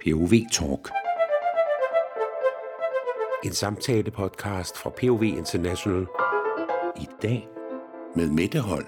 POV Talk. En samtale-podcast fra POV International. I dag med Mette Holm.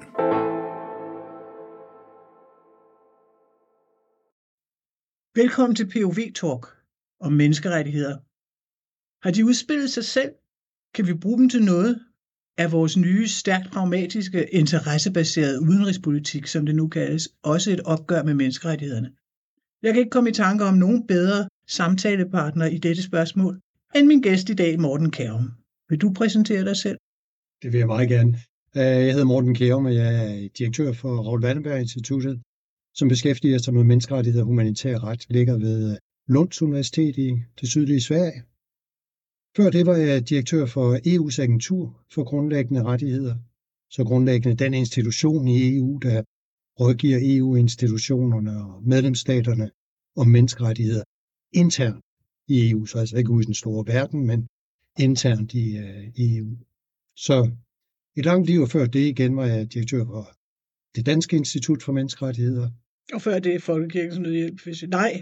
Velkommen til POV Talk om menneskerettigheder. Har de udspillet sig selv? Kan vi bruge dem til noget? Er vores nye, stærkt pragmatiske, interessebaserede udenrigspolitik, som det nu kaldes, også et opgør med menneskerettighederne? Jeg kan ikke komme i tanke om nogen bedre samtalepartner i dette spørgsmål end min gæst i dag, Morten Kjærum. Vil du præsentere dig selv? Det vil jeg meget gerne. Jeg hedder Morten Kjærum, og jeg er direktør for Raoul Wallenberg Instituttet, som beskæftiger sig med menneskerettigheder og humanitær ret, ligger ved Lunds Universitet i det sydlige Sverige. Før det var jeg direktør for EU's agentur for grundlæggende rettigheder, så grundlæggende den institution i EU, der rådgiver EU-institutionerne og medlemsstaterne om menneskerettigheder internt i EU, så altså ikke ude i den store verden, men internt i EU. Så et langt liv, og før det igen var jeg direktør for det Danske Institut for Menneskerettigheder. Og før det Folkekirkens Nødhjælp? Nej.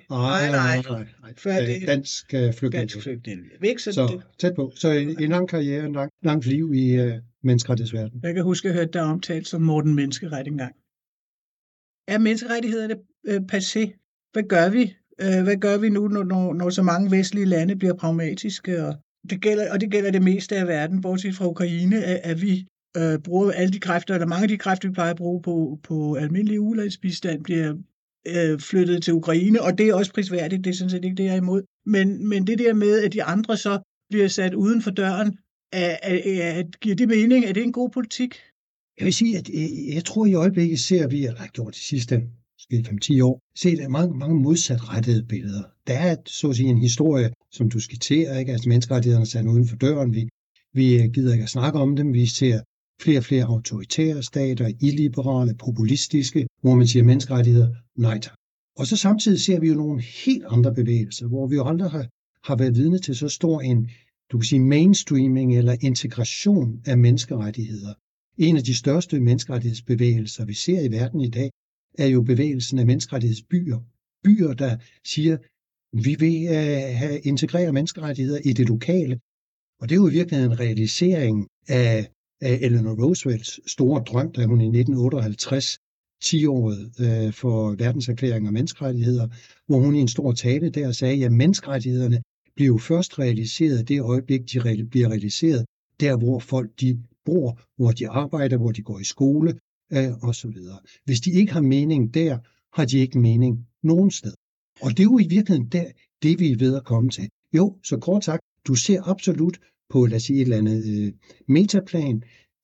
Før det Dansk Flygtningehjælp. Så tæt på. Så en lang karriere, en langt liv i menneskerettighedsverdenen. Jeg kan huske, at jeg hørte dig omtalt som Morten Menneskeret engang. Er menneskerettighederne passé? Hvad gør vi? Hvad gør vi nu, når så mange vestlige lande bliver pragmatiske? Og det gælder det meste af verden, bortset fra Ukraine, at vi bruger alle de kræfter, eller mange af de kræfter, vi plejer at bruge på almindelig ulandsbistand, bliver flyttet til Ukraine, og det er også prisværdigt, det er sådan set ikke det, jeg er imod. Men det der med, at de andre så bliver sat uden for døren, giver det mening? Er det en god politik? Jeg vil sige, at jeg tror i øjeblikket ser vi, eller har gjort de sidste 5-10 år, set mange modsatrettede billeder. Der er så at sige en historie, som du skitserer, ikke? Altså menneskerettighederne sat uden for døren. Vi gider ikke at snakke om dem. Vi ser flere og flere autoritære stater, illiberale, populistiske, hvor man siger menneskerettigheder, nej tak. Og så samtidig ser vi jo nogle helt andre bevægelser, hvor vi jo aldrig har været vidne til så stor en, du kan sige, mainstreaming eller integration af menneskerettigheder. En af de største menneskerettighedsbevægelser, vi ser i verden i dag, er jo bevægelsen af menneskerettighedsbyer. Byer, der siger, vi vil integrere menneskerettigheder i det lokale. Og det er jo i virkeligheden en realisering af Eleanor Roosevelts store drøm, da hun i 1958, 10-året for verdenserklæring af menneskerettigheder, hvor hun i en stor tale der sagde, at menneskerettighederne bliver jo først realiseret det øjeblik, de bliver realiseret, der hvor folk de bor, hvor de arbejder, hvor de går i skole osv. Hvis de ikke har mening der, har de ikke mening nogen sted. Og det er jo i virkeligheden det vi er ved at komme til. Jo, så kort sagt, du ser absolut på, lad os sige, et eller andet metaplan,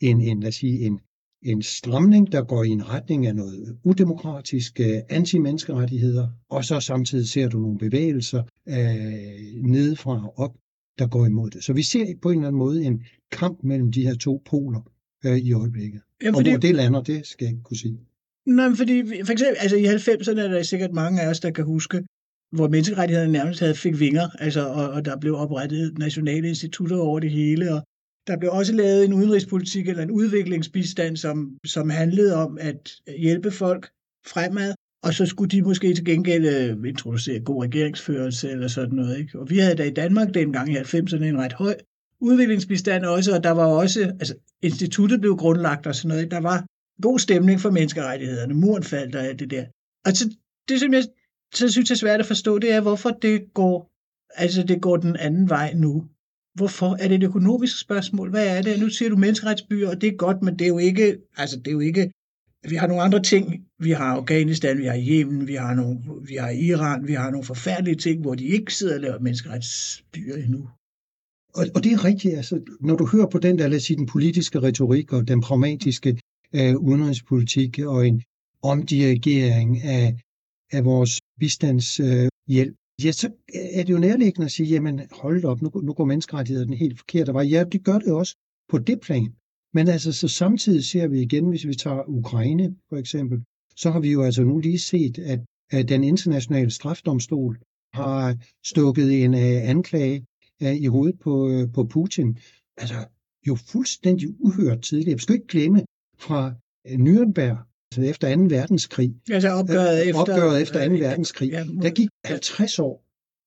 en stramning, der går i en retning af noget udemokratisk, anti-menneskerettigheder, og så samtidig ser du nogle bevægelser nedefra og op, der går imod det. Så vi ser på en eller anden måde en kamp mellem de her to poler i øjeblikket. Jamen, og hvor det lander, det skal jeg ikke kunne sige. Nej, fordi for eksempel, altså i 90'erne er der sikkert mange af os, der kan huske, hvor menneskerettighederne nærmest fik vinger, altså, og der blev oprettet nationale institutter over det hele, og der blev også lavet en udenrigspolitik eller en udviklingsbistand, som handlede om at hjælpe folk fremad, og så skulle de måske til gengæld introducere god regeringsførelse eller sådan noget, ikke? Og vi havde da i Danmark dengang i 90'erne en ret høj udviklingsbistand også, og der var også, altså instituttet blev grundlagt og sådan noget, ikke? Der var god stemning for menneskerettighederne, muren faldt og alt det der. Altså det, som jeg så synes jeg er svært at forstå, det er, hvorfor det går den anden vej nu. Hvorfor? Er det et økonomisk spørgsmål? Hvad er det? Nu siger du menneskeretsbyer, og det er godt, men det er jo ikke, vi har nogle andre ting. Vi har Afghanistan, vi har Yemen, vi har Iran, vi har nogle forfærdelige ting, hvor de ikke sidder og laver menneskeretsbyer endnu. Og det er rigtigt, altså, når du hører på den der, lad os sige, den politiske retorik og den pragmatiske udenrigspolitik og en omdirigering af vores bistandshjælp, ja, så er det jo nærliggende at sige, jamen hold op, nu går menneskerettighederne helt forkert vej. Ja, det gør det også på det plan. Men altså, så samtidig ser vi igen, hvis vi tager Ukraine for eksempel, så har vi jo altså nu lige set, at den internationale strafdomstol har stukket en anklage i hovedet på Putin. Altså, jo fuldstændig uhørt tidligere. Vi skal ikke glemme fra Nürnberg, altså efter 2. verdenskrig. Altså opgøret efter 2. verdenskrig. Der gik 50 år,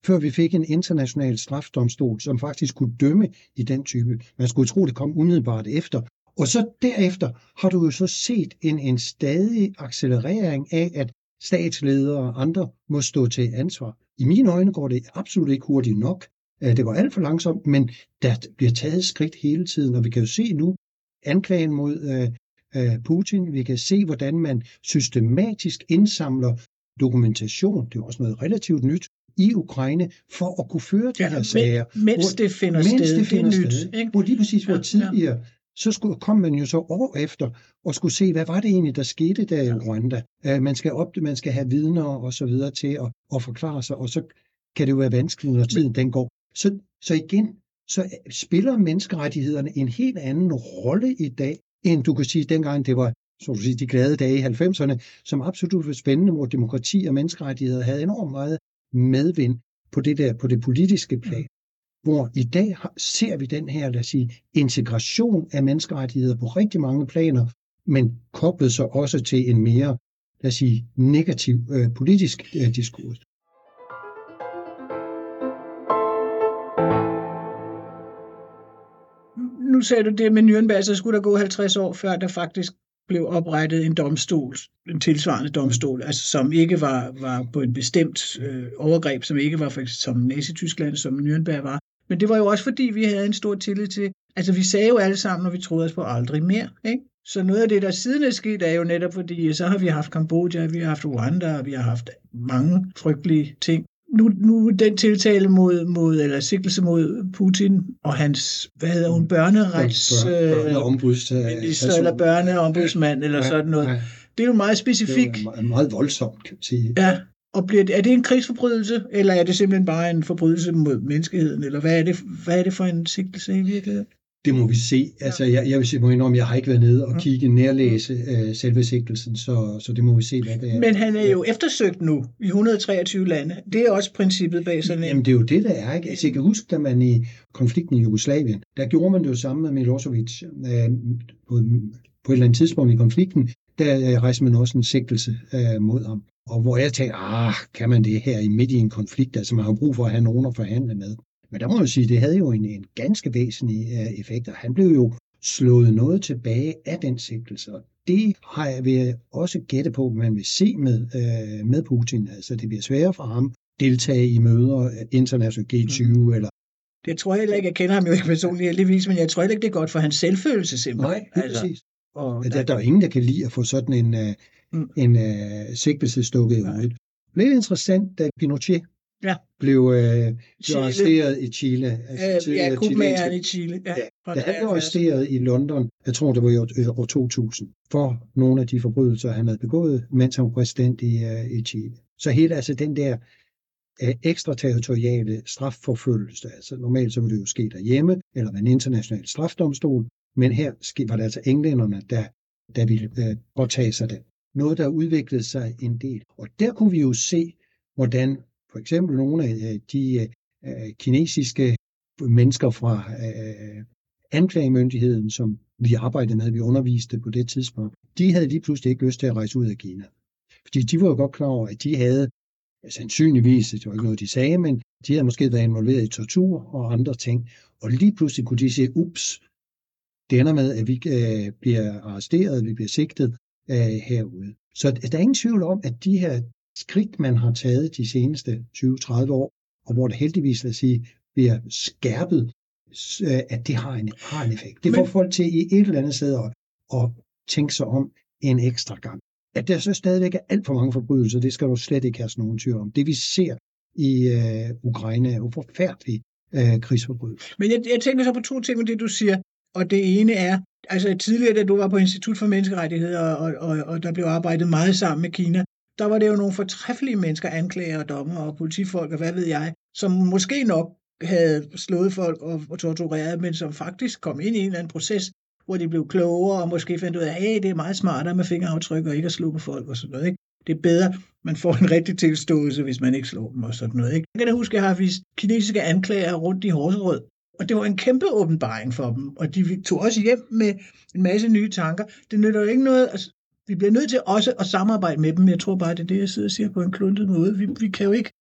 før vi fik en international strafdomstol, som faktisk kunne dømme i den type. Man skulle tro, det kom umiddelbart efter. Og så derefter har du jo så set en stadig accelerering af, at statsledere og andre må stå til ansvar. I mine øjne går det absolut ikke hurtigt nok. Det går alt for langsomt, men der bliver taget skridt hele tiden, og vi kan jo se nu anklagen mod Putin. Vi kan se, hvordan man systematisk indsamler dokumentation, det er også noget relativt nyt, i Ukraine, for at kunne føre de her sager. Mens det finder sted. Hvor lige præcis hvor tidligere, så kom man jo så år efter og skulle se, hvad var det egentlig, der skete der i Rwanda. Man skal have vidner og så videre til at forklare sig, og så kan det jo være vanskeligt, når tiden den går. Så igen, så spiller menneskerettighederne en helt anden rolle i dag, end du kan sige, dengang det var så sige, de glade dage i 90'erne, som absolut var spændende, hvor demokrati og menneskerettigheder havde enormt meget medvind på det politiske plan. Hvor i dag ser vi den her, lad os sige, integration af menneskerettigheder på rigtig mange planer, men koblet så også til en mere, lad os sige, negativ politisk diskurs. Nu sagde du det med Nürnberg, så skulle der gå 50 år, før der faktisk blev oprettet en domstol, en tilsvarende domstol, altså som ikke var på en bestemt overgreb, som ikke var for eksempel som Nazi-Tyskland, som Nürnberg var. Men det var jo også fordi, vi havde en stor tillid til, altså vi sagde jo alle sammen, og vi troede os på aldrig mere, ikke? Så noget af det, der siden er sket, er jo netop fordi, så har vi haft Kambodja, vi har haft Rwanda, og vi har haft mange frygtelige ting. Nu den eller sigtelse mod Putin og hans, børneombudsminister eller børneombudsmand eller sådan noget. Det er jo meget specifikt. Det er meget voldsomt, kan man sige. Ja, og er det en krigsforbrydelse, eller er det simpelthen bare en forbrydelse mod menneskeheden, eller hvad er det for en sigtelse i virkeligheden? Det må vi se. Altså, jeg vil sige, jeg har ikke været nede og nærlæse selve sigtelsen, så det må vi se, hvad det er. Men han er jo eftersøgt nu i 123 lande. Det er også princippet bag sådan en. Jamen, det er jo det, der er, ikke? Altså, jeg kan huske, da man i konflikten i Jugoslavien, der gjorde man det jo sammen med Milosevic på et eller andet tidspunkt i konflikten, der rejste man også en sigtelse mod ham. Og hvor jeg tænkte, kan man det her midt i en konflikt? Altså, man har brug for at have nogen at forhandle med. Men der må jeg sige, det havde jo en ganske væsentlig effekt, og han blev jo slået noget tilbage af den sigtelse. Og det vil jeg også gætte på, at man vil se med Putin. Altså, det bliver sværere for ham at deltage i møder, internationalt G20 eller... Det tror jeg heller ikke, jeg kender ham jo ikke personligt heldigvis, men jeg tror heller ikke, det er godt for hans selvfølelse simpelthen. Nej, præcis. Og der er jo ingen, der kan lide at få sådan en sigtelse stukket i hovedet. Lidt interessant, da Pinochet blev arresteret i Chile. Kubmageren i Chile. Da han blev arresteret i London, jeg tror det var i år 2000, for nogle af de forbrydelser, han havde begået, mens han var præsident i Chile. Så hele altså den der ekstraterritoriale strafforfølgelse, altså normalt så ville det jo ske derhjemme, eller med en international strafdomstol, men her var det altså englænderne, der ville påtage sig det. Noget, der udviklede sig en del. Og der kunne vi jo se, hvordan for eksempel nogle af de kinesiske mennesker fra anklagemyndigheden, som vi arbejdede med, vi underviste på det tidspunkt, de havde lige pludselig ikke lyst til at rejse ud af Kina. Fordi de var jo godt klar over, at de havde sandsynligvis, det var ikke noget, de sagde, men de havde måske været involveret i tortur og andre ting. Og lige pludselig kunne de sige, det ender med, at vi bliver arresteret, vi bliver sigtet herude. Så der er ingen tvivl om, at de her skridt, man har taget de seneste 20-30 år, og hvor det heldigvis, lad os sige, bliver skærpet, at det har en effekt. Det får folk til i et eller andet sted at tænke sig om en ekstra gang. At der så stadigvæk er alt for mange forbrydelser, det skal du slet ikke have nogen tvivl om. Det vi ser i Ukraine er jo forfærdelige krigsforbrydelser. Men jeg tænker så på to ting med det, du siger. Og det ene er, altså tidligere, da du var på Institut for Menneskerettigheder, og der blev arbejdet meget sammen med Kina, der var det jo nogle fortræffelige mennesker, anklager og dommer og politifolk og hvad ved jeg, som måske nok havde slået folk og tortureret, men som faktisk kom ind i en eller anden proces, hvor de blev klogere og måske fandt ud af, at det er meget smartere med fingeraftryk og ikke at slå på folk og sådan noget. Ikke? Det er bedre, man får en rigtig tilståelse, hvis man ikke slår dem og sådan noget. Ikke? Jeg kan da huske, at jeg har vist kinesiske anklager rundt i Horserød, og det var en kæmpe åbenbaring for dem, og de tog også hjem med en masse nye tanker. Det nytter jo ikke noget, altså, vi bliver nødt til også at samarbejde med dem. Jeg tror bare, det er det, jeg sidder og siger på en kluntet måde. Vi kan jo ikke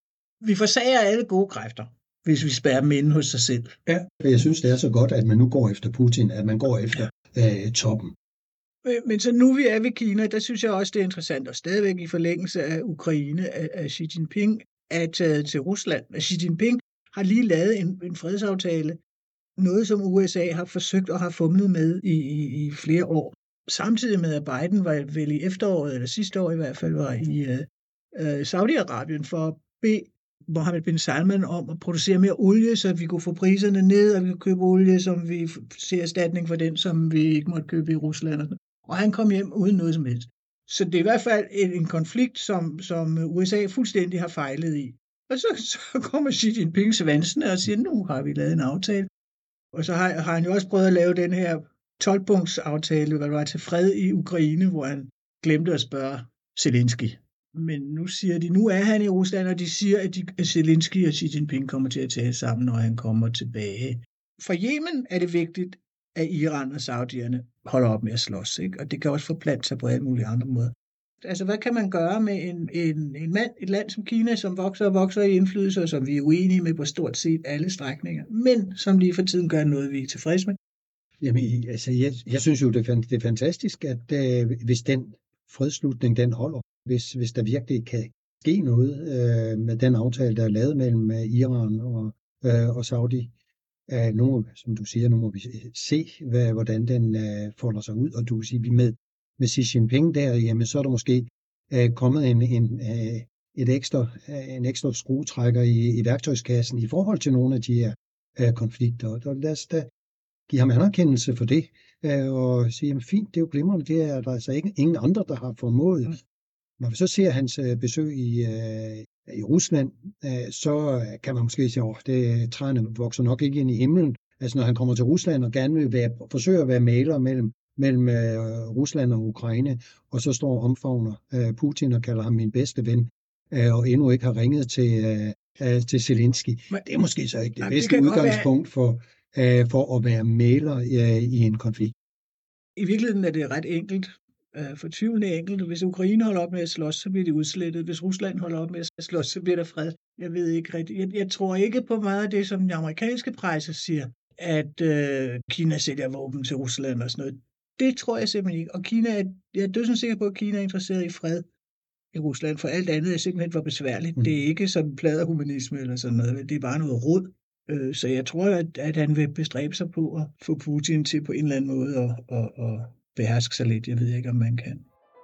Vi forsager alle gode kræfter, hvis vi spærrer dem inde hos sig selv. Ja, jeg synes, det er så godt, at man nu går efter Putin, at man går efter toppen. Men så nu vi er ved Kina, der synes jeg også, det er interessant, og stadigvæk i forlængelse af Ukraine, at Xi Jinping er taget til Rusland. Xi Jinping har lige lavet en fredsaftale, noget som USA har forsøgt og har fumlet med i flere år. Samtidig med, at Biden var vel i efteråret, eller sidste år i hvert fald, var i Saudi-Arabien for at bede Mohammed bin Salman om at producere mere olie, så vi kunne få priserne ned, og vi kunne købe olie, som vi ser erstatning for den, som vi ikke måtte købe i Rusland. Og han kom hjem uden noget som helst. Så det er i hvert fald en konflikt, som USA fuldstændig har fejlet i. Og så kommer Xi Jinping svansende og siger, nu har vi lavet en aftale. Og så har han jo også prøvet at lave den her 12-punktsaftale, hvad der var til fred i Ukraine, hvor han glemte at spørge Zelensky. Men nu siger de, nu er han i Rusland, og de siger, at Zelensky og Xi Jinping kommer til at tale sammen, når han kommer tilbage. For Yemen er det vigtigt, at Iran og Saudierne holder op med at slås, ikke? Og det kan også forplante sig på alle mulige andre måder. Altså, hvad kan man gøre med et land som Kina, som vokser og vokser i indflydelse, og som vi er uenige med på stort set alle strækninger, men som lige for tiden gør noget, vi er tilfredse med? Jamen, altså, jeg synes jo, det er fantastisk, at hvis den fredslutning, den holder, hvis der virkelig kan ske noget med den aftale, der er lavet mellem Iran og Saudi. Som du siger, nu må vi se, hvordan den folder sig ud, og du kan sige, med Xi Jinping der, jamen så er der måske kommet en ekstra skruetrækker i værktøjskassen i forhold til nogle af de her konflikter, og lad os da give ham anerkendelse for det, og sige, jamen fint, det er jo glimrende, det er der altså ingen andre, der har formået. Når vi så ser hans besøg i Rusland, så kan man måske sige, at træerne vokser nok ikke ind i himlen. Altså når han kommer til Rusland og gerne vil forsøge at være mægler mellem Rusland og Ukraine, og så står og omfavner Putin og kalder ham min bedste ven, og endnu ikke har ringet til Zelensky. Det er måske så ikke det bedste udgangspunkt for at være mægler i en konflikt. I virkeligheden er det ret enkelt. Fortvivlende enkelt. Hvis Ukraine holder op med at slås, så bliver de udslettet. Hvis Rusland holder op med at slås, så bliver der fred. Jeg ved ikke rigtigt. Jeg tror ikke på meget af det, som de amerikanske presser siger, at Kina sælger våben til Rusland og sådan noget. Det tror jeg simpelthen ikke. Og jeg er dødsens sikker på, at Kina er interesseret i fred i Rusland, for alt andet er simpelthen for besværligt. Det er ikke som pladerhumanisme eller sådan noget. Det er bare noget rod. Så jeg tror, at han vil bestræbe sig på at få Putin til på en eller anden måde at beherske sig lidt. Jeg ved ikke, om man kan.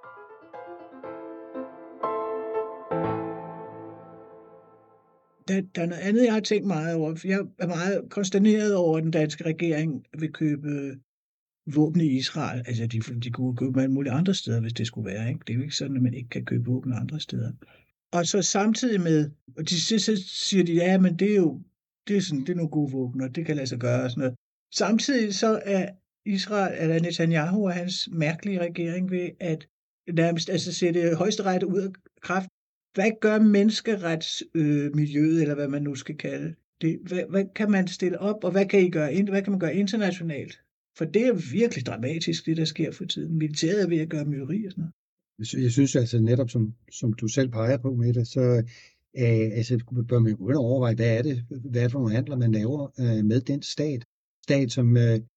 Der er noget andet, jeg har tænkt meget over. Jeg er meget konsterneret over, at den danske regering vil købe våben i Israel. Altså, de kunne købe alle mulige andre steder, hvis det skulle være. Ikke? Det er jo ikke sådan, at man ikke kan købe våben andre steder. Og så samtidig med, og så siger de, ja, men det er nogle gode våben, og det kan lade sig gøre og sådan noget. Samtidig så er Israel, eller Netanyahu og hans mærkelige regering ved at nærmest sætte højesteret ud af kraft. Hvad gør menneskeretsmiljøet, eller hvad man nu skal kalde det? Hvad kan man stille op, og hvad kan man gøre internationalt? For det er virkelig dramatisk, det der sker for tiden. Militæret er ved at gøre myri og sådan noget. Jeg synes altså netop, som du selv peger på med det, så bør man jo overveje, hvad er det for nogle handler, man laver med den stat, som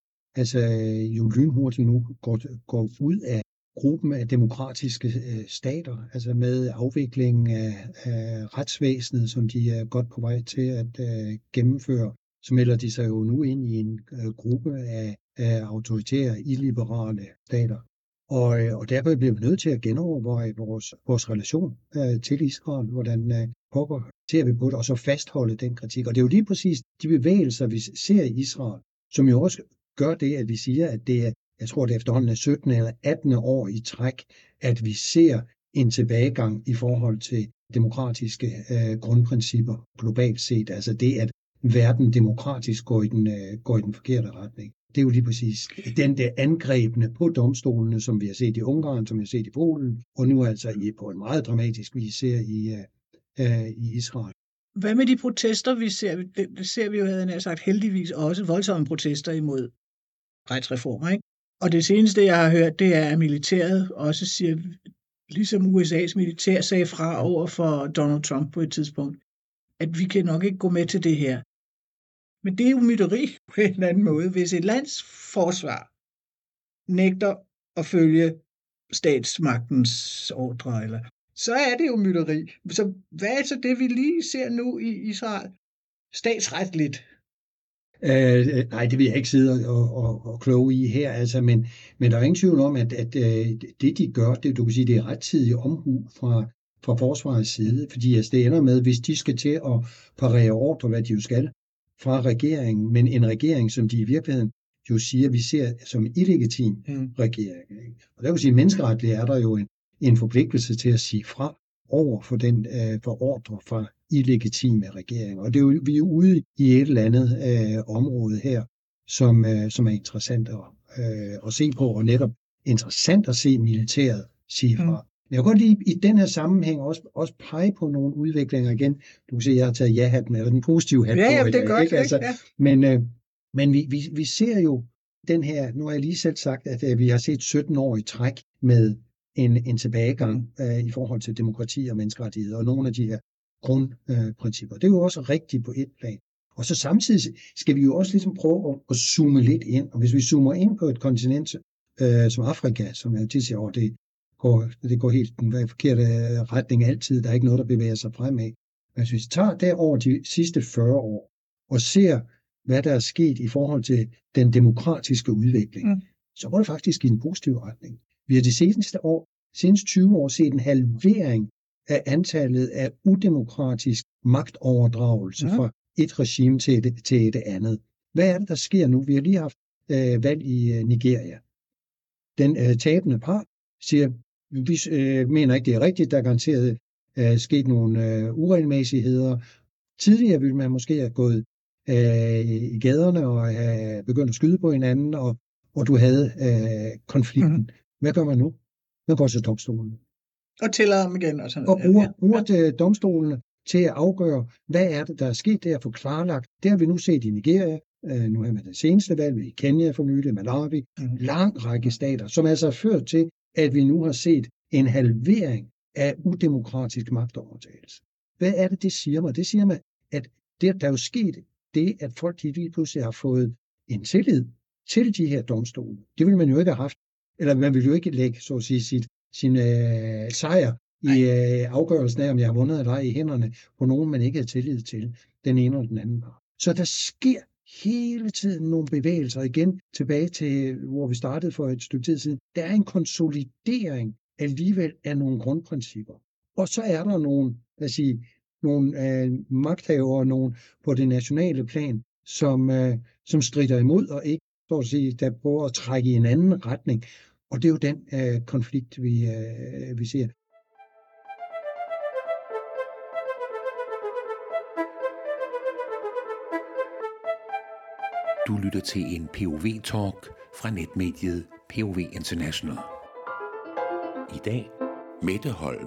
jo lynhurtigt nu går ud af gruppen af demokratiske stater, altså med afviklingen af retsvæsenet, som de er godt på vej til at gennemføre, så melder de sig jo nu ind i en gruppe af autoritære, illiberale stater. Og derfor bliver vi nødt til at genoverveje vores relation til Israel, hvordan pokker ser vi på det, og så fastholde den kritik. Og det er jo lige præcis de bevægelser, vi ser i Israel, som jo også gør det, at vi siger, at det er, jeg tror det efterhånden er 17 eller 18 år i træk, at vi ser en tilbagegang i forhold til demokratiske grundprincipper globalt set. Altså det, at verden demokratisk går i den forkerte retning. Det er jo lige præcis den der angrebne på domstolene, som vi har set i Ungarn, som vi har set i Polen, og nu altså på en meget dramatisk vis ser i Israel. Hvad med de protester, vi ser? Det ser vi jo, havde jeg sagt, heldigvis også voldsomme protester imod retsreformer, ikke? Og det seneste, jeg har hørt, det er, at militæret også siger, ligesom USA's militær sagde fra over for Donald Trump på et tidspunkt, at vi kan nok ikke gå med til det her. Men det er jo myteri på en eller anden måde. Hvis et lands forsvar nægter at følge statsmagtens ordre, så er det jo myteri. Så hvad er så det, vi lige ser nu i Israel? Statsretligt. Nej, det vil jeg ikke sidde og kloge i her, altså, men der er ingen tvivl om, at det de gør, det, du kan sige, det er rettidig omhu fra forsvarets side, fordi altså, det ender med, hvis de skal til at parere ordre, hvad de jo skal, fra regeringen, men en regering, som de i virkeligheden jo siger, vi ser som illegitim regering. Ikke? Og der vil sige, menneskeretligt er der jo en forpligtelse til at sige fra over for den for ordre fra illegitime regeringer. Og det er jo, vi er ude i et eller andet område her, som er interessant at se på, og netop interessant at se militæret sige fra. Men jeg kan godt lige i den her sammenhæng også pege på nogle udviklinger igen. Du kan se, at jeg har taget ja-hatten, eller den positive hat. Ja, det er godt. Ikke? Altså, ja. Men vi ser jo den her, nu har jeg lige selv sagt, at vi har set 17 år i træk med en tilbagegang i forhold til demokrati og menneskerettigheder, og nogle af de her grundprincipper. Det er jo også rigtigt på et plan. Og så samtidig skal vi jo også ligesom prøve at zoome lidt ind, og hvis vi zoomer ind på et kontinent som Afrika, som jeg tit siger, det går helt den forkerte retning altid, der er ikke noget, der bevæger sig fremad. Men hvis vi tager derover de sidste 40 år, og ser, hvad der er sket i forhold til den demokratiske udvikling, så går det faktisk i en positiv retning. Vi har de seneste 20 år set en halvering af antallet af udemokratisk magtoverdragelse fra et regime til et andet. Hvad er det, der sker nu? Vi har lige haft valg i Nigeria. Den tabende part siger, vi mener ikke, det er rigtigt, der er garanteret sket nogle uregelmæssigheder. Tidligere ville man måske have gået i gaderne og have begyndt at skyde på hinanden, og du havde konflikten. Hvad gør man nu? Man går til domstolen. Og tæller om igen. Og bruger domstolene til at afgøre, hvad er det, der er sket der, at få klarlagt. Det har vi nu set i Nigeria, nu har vi det seneste valg, i Kenya for nylig, Malawi, lang række stater, som altså har ført til, at vi nu har set en halvering af udemokratisk magtovertagelse. Hvad er det siger mig? Det siger mig, at der er jo sket det, at folk lige pludselig har fået en tillid til de her domstole. Det ville man jo ikke have haft, eller man ville jo ikke lægge, så at sige, sin sejr i afgørelsen af, om jeg har vundet eller ej, i hænderne på nogen, man ikke har tillid til, den ene eller den anden. Så der sker hele tiden nogle bevægelser, igen tilbage til, hvor vi startede for et stykke tid siden. Der er en konsolidering alligevel af nogle grundprincipper. Og så er der nogle magthavere, nogle på det nationale plan, som strider imod, og ikke, så at sige, der prøver at trække i en anden retning. Og det er jo den konflikt, vi ser. Du lytter til en POV-talk fra netmediet POV International. I dag, Mette Holm.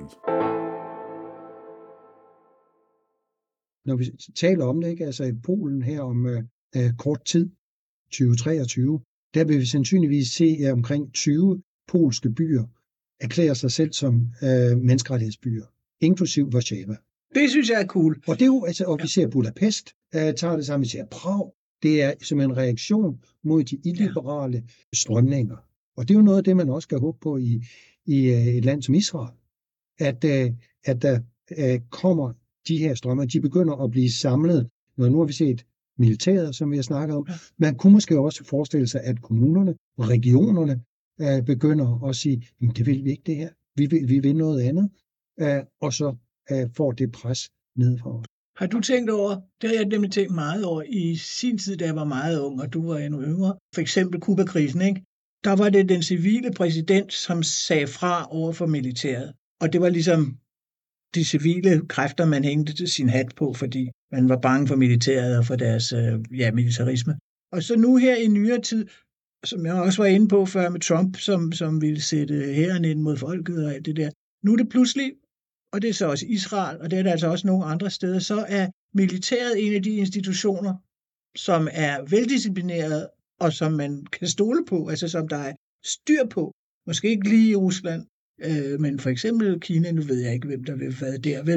Når vi taler om det, ikke, altså i Polen her om kort tid, 2023, der vil vi sandsynligvis se omkring 20 polske byer erklære sig selv som menneskerettighedsbyer, inklusiv Warszawa. Det synes jeg er cool. Og det er jo, altså, og vi ser Budapest, tager det sammen, vi ser Prag. Det er som en reaktion mod de illiberale strømninger. Og det er jo noget af det, man også skal håbe på i et land som Israel. At der kommer de her strømmer, de begynder at blive samlet. Nu har vi set militæret, som vi har snakket om. Man kunne måske også forestille sig, at kommunerne og regionerne begynder at sige, det vil vi ikke det her. Vi vil noget andet. Og så får det pres nedefra. Har du tænkt over, det har jeg nemlig tænkt meget over i sin tid, da jeg var meget ung, og du var endnu yngre. For eksempel Kuba-krisen, ikke? Der var det den civile præsident, som sagde fra over for militæret. Og det var ligesom de civile kræfter, man hængte sin hat på, fordi man var bange for militæret og for deres militarisme. Og så nu her i nyere tid, som jeg også var inde på før med Trump, som ville sætte hæren ind mod folket og alt det der. Nu er det pludselig, og det er så også Israel, og det er der altså også nogle andre steder, så er militæret en af de institutioner, som er veldisciplineret, og som man kan stole på, altså som der er styr på. Måske ikke lige i Rusland, men for eksempel Kina, nu ved jeg ikke, hvem der vil være der, vel,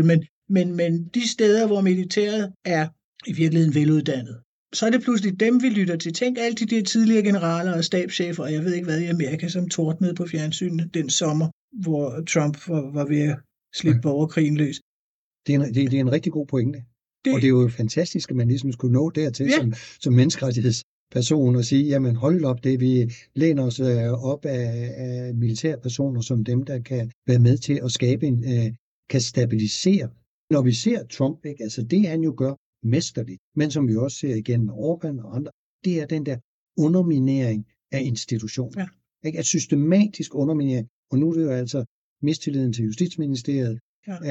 Men de steder, hvor militæret er i virkeligheden veluddannet, så er det pludselig dem, vi lytter til. Tænk alle de der tidligere generaler og stabschefer, og jeg ved ikke hvad i Amerika, som tordnede på fjernsynet den sommer, hvor Trump var ved at slippe borgerkrigen løs. Det er en rigtig god pointe. Og det er jo fantastisk, at man ligesom skulle nå dertil som menneskerettighedsperson og sige, jamen hold op det, vi læner os op af militærpersoner som dem, der kan være med til at skabe kan stabilisere. Når vi ser Trump, ikke, altså det han jo gør mesterligt, men som vi også ser igen med Orbán og andre, det er den der underminering af institutioner. Ja. Ikke? At systematisk underminering, og nu er det jo altså mistilliden til Justitsministeriet,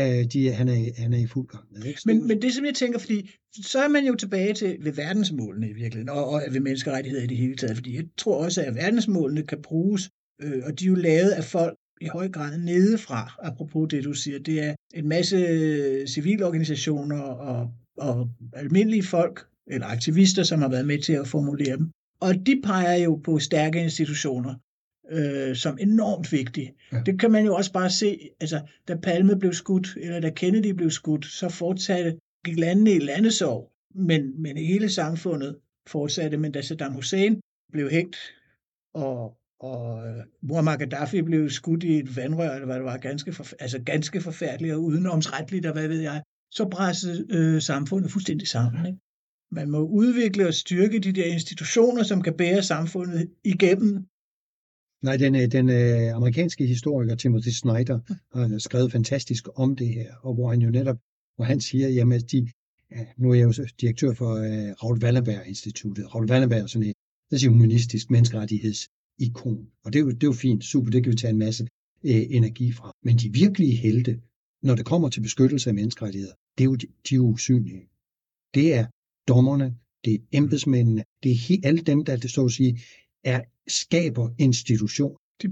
han er i fuld gang med. Men det som jeg tænker, fordi så er man jo tilbage til ved verdensmålene i virkeligheden, og ved menneskerettigheder i det hele taget, fordi jeg tror også, at verdensmålene kan bruges, og de er jo lavet af folk i høj grad nedefra, apropos det du siger, det er en masse civilorganisationer og almindelige folk, eller aktivister, som har været med til at formulere dem, og de peger jo på stærke institutioner, som enormt vigtige. Ja. Det kan man jo også bare se, altså da Palme blev skudt, eller da Kennedy blev skudt, så gik landene i landesorg, men hele samfundet fortsatte, men da Saddam Hussein blev hængt, og Muammar Gaddafi blev skudt i et vandrør, eller hvad det var, ganske forfærdeligt og udenomsretligt, og hvad ved jeg, så brassede samfundet fuldstændig sammen. Ikke? Man må udvikle og styrke de der institutioner, som kan bære samfundet igennem. Nej, den amerikanske historiker Timothy Snyder har skrevet fantastisk om det her, og hvor han jo netop, hvor han siger, jamen nu er jeg jo direktør for Raoul Wallenberg-instituttet. Raoul Wallenberg er sådan et humanistisk menneskerettighedsikon, og det er jo fint, super, det kan vi tage en masse energi fra. Men de virkelige helte, når det kommer til beskyttelse af menneskerettigheder, det er jo de usynlige. Det er dommerne, det er embedsmændene, det er alle dem, der det så at sige, skaber institution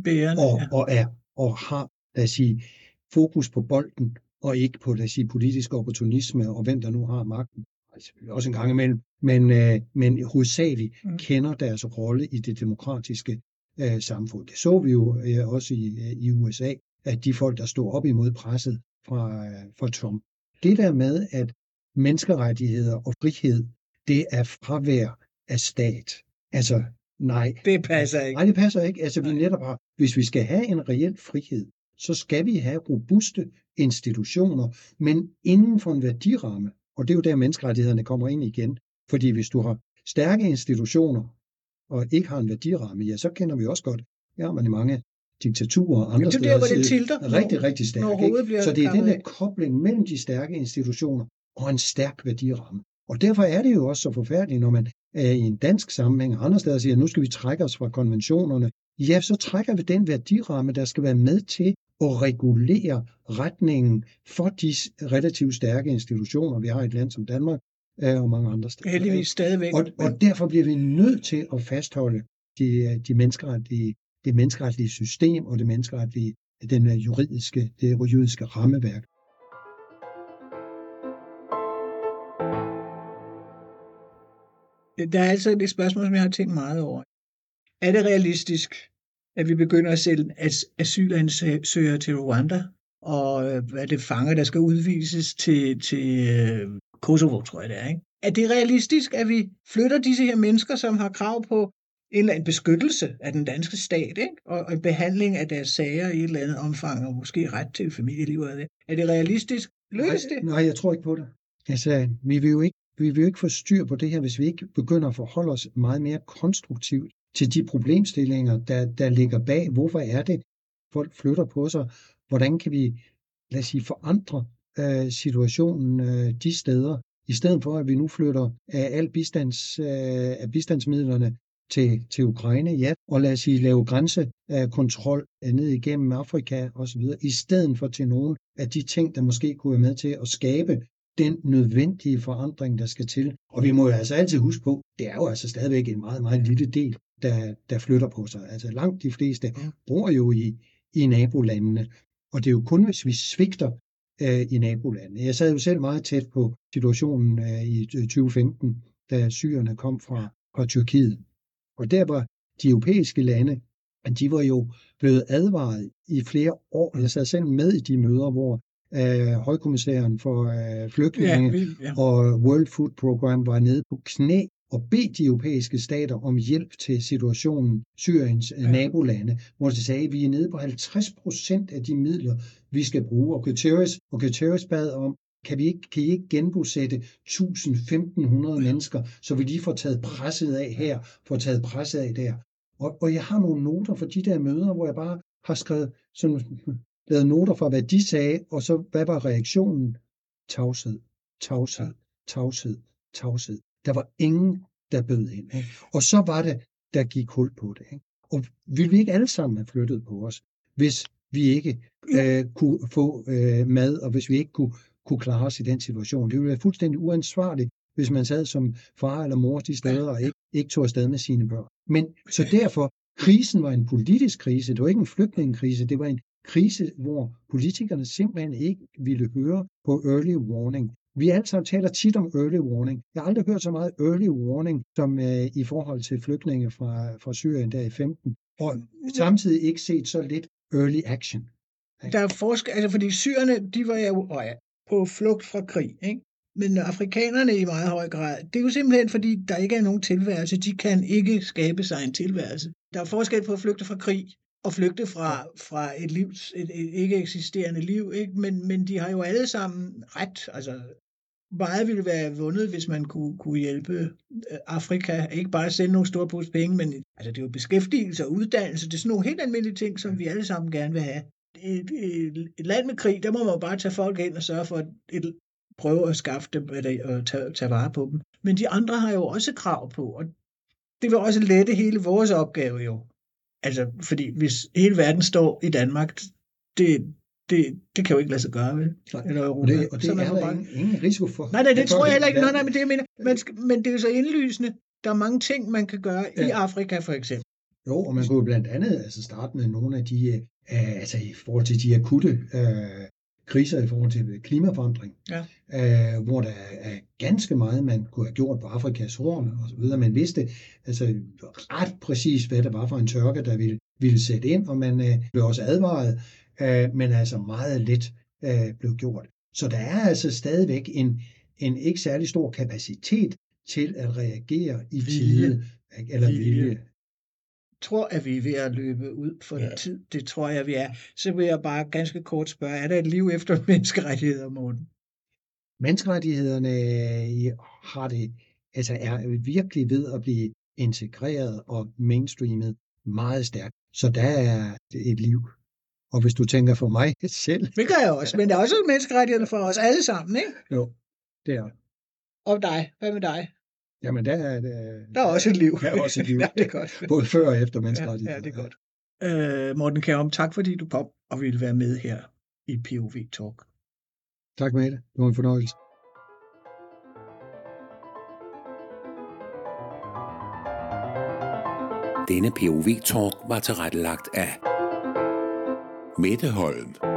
og har, lad os sige, fokus på bolden og ikke på, lad os sige, politisk opportunisme og hvem der nu har magten. Altså, også en gang imellem, men hovedsageligt kender deres rolle i det demokratiske samfund. Det så vi jo også i USA, at de folk, der stod op imod presset fra Trump. Det der med, at menneskerettigheder og frihed, det er fravær af stat. Altså, nej. Det passer ikke. Nej, det passer ikke. Altså, vi netop har, hvis vi skal have en reel frihed, så skal vi have robuste institutioner, men inden for en værdiramme. Og det er jo der, menneskerettighederne kommer ind igen. Fordi hvis du har stærke institutioner, og ikke har en værdiramme, ja, så kender vi også godt, man i mange diktaturer og andre steder, rigtig, rigtig stærke. Så det er den der kobling mellem de stærke institutioner og en stærk værdiramme. Og derfor er det jo også så forfærdeligt, når man er i en dansk sammenhæng og andre steder siger, at nu skal vi trække os fra konventionerne. Ja, så trækker vi den værdiramme, der skal være med til at regulere retningen for de relativt stærke institutioner, vi har i et land som Danmark og mange andre steder. Heldigvis stadigvæk. Og derfor bliver vi nødt til at fastholde det menneskeretlige system og det juridiske rammeværk. Der er altså et spørgsmål, som jeg har tænkt meget over. Er det realistisk, at vi begynder at sælge asylansøgere til Rwanda, og hvad det fanger, der skal udvises til Kosovo, tror jeg det er, ikke? Er det realistisk, at vi flytter disse her mennesker, som har krav på en eller anden beskyttelse af den danske stat, ikke? Og en behandling af deres sager i et eller andet omfang, og måske ret til familieliv? Er det realistisk? Lykkes det? Nej, jeg tror ikke på det. Altså, vi vil jo ikke få styr på det her, hvis vi ikke begynder at forholde os meget mere konstruktivt til de problemstillinger, der ligger bag. Hvorfor er det, folk flytter på sig? Hvordan kan vi, lad os sige, forandre situationen de steder, i stedet for at vi nu flytter al bistandsmidlerne til Ukraine, ja, og lad os sige, lave grænsekontrol ned igennem Afrika osv., i stedet for til nogle af de ting, der måske kunne være med til at skabe den nødvendige forandring, der skal til. Og vi må jo altså altid huske på, det er jo altså stadigvæk en meget, meget lille del, der flytter på sig. Altså langt de fleste bor jo i nabolandene, og det er jo kun, hvis vi svigter i nabolandene. Jeg sad jo selv meget tæt på situationen i 2015, da syrerne kom fra Tyrkiet. Og der var de europæiske lande, de var jo blevet advaret i flere år. Jeg sad selv med i de møder, hvor højkommissæren for flygtninge og World Food Program var nede på knæ og bede de europæiske stater om hjælp til situationen Syriens nabolande, hvor de sagde, at vi er nede på 50% af de midler, vi skal bruge. Og Guterres bad om, kan I ikke genbosætte 1.000-1.500 mennesker, så vi lige får taget presset af her, får taget presset af der. Og jeg har nogle noter for de der møder, hvor jeg bare har skrevet lavet noter fra, hvad de sagde, og så hvad var reaktionen? Tavshed, tavshed, tavshed, tavshed. Der var ingen, der bød ind. Ikke? Og så var det, der gik hul på det. Ikke? Og ville vi ikke alle sammen have flyttet på os, hvis vi ikke kunne få mad, og hvis vi ikke kunne klare os i den situation? Det ville være fuldstændig uansvarligt, hvis man sad som far eller mor de steder, og ikke tog afsted med sine børn. Men så derfor, krisen var en politisk krise, det var ikke en flygtningekrise, det var en krise, hvor politikerne simpelthen ikke ville høre på early warning. Vi alle sammen taler tit om early warning. Jeg har aldrig hørt så meget early warning, som i forhold til flygtninge fra Syrien der i 15, og samtidig ikke set så lidt early action. Der er forskel, altså fordi syrerne, de var jo på flugt fra krig, ikke? Men afrikanerne i meget høj grad, det er jo simpelthen fordi, der ikke er nogen tilværelse. De kan ikke skabe sig en tilværelse. Der er forskel på at flygte fra krig og flygte fra et ikke eksisterende liv, ikke? Men de har jo alle sammen ret. Altså, meget ville være vundet, hvis man kunne hjælpe Afrika. Ikke bare sende nogle store pose penge, men altså, det er jo beskæftigelse og uddannelse. Det er sådan nogle helt almindelige ting, som vi alle sammen gerne vil have. Et land med krig, der må man jo bare tage folk ind og sørge for prøve at skaffe dem og tage vare på dem. Men de andre har jo også krav på, og det vil også lette hele vores opgave jo. Altså, fordi hvis hele verden står i Danmark, det kan jo ikke lade sig gøre, vel? Eller Europa. Og det er der ingen risiko for. Nej, det tror jeg heller ikke. Nej, men det jeg mener. Men det er jo så indlysende. Der er mange ting, man kan gøre i Afrika, for eksempel. Jo, og man kunne jo blandt andet starte med nogle af de, altså i forhold til de akutte kriser i forhold til klimaforandring, hvor der er ganske meget, man kunne have gjort på Afrikas Horn og så videre. Man vidste altså ret præcis, hvad det var for en tørke, der ville sætte ind, og man blev også advaret, men altså meget lidt blev gjort. Så der er altså stadigvæk en ikke særlig stor kapacitet til at reagere i tide eller vilje. Tror, at vi er ved at løbe ud for tid. Det tror jeg, vi er. Så vil jeg bare ganske kort spørge, er der et liv efter menneskerettigheder, Morten? Menneskerettighederne er virkelig ved at blive integreret og mainstreamet meget stærkt. Så der er et liv. Og hvis du tænker for mig selv... Det gør jeg også, men der er også menneskerettigheder for os alle sammen, ikke? Jo, det er. Og dig? Hvad med dig? Jamen, der er også et liv. Der er også et liv. Ja, det er godt. Både før og efter menneskerettigheder. Ja, det er godt. Morten Kjærum, tak fordi du kom og ville være med her i POV Talk. Tak med det. Det var en fornøjelse. Denne POV Talk var tilrettelagt af Mette Holm.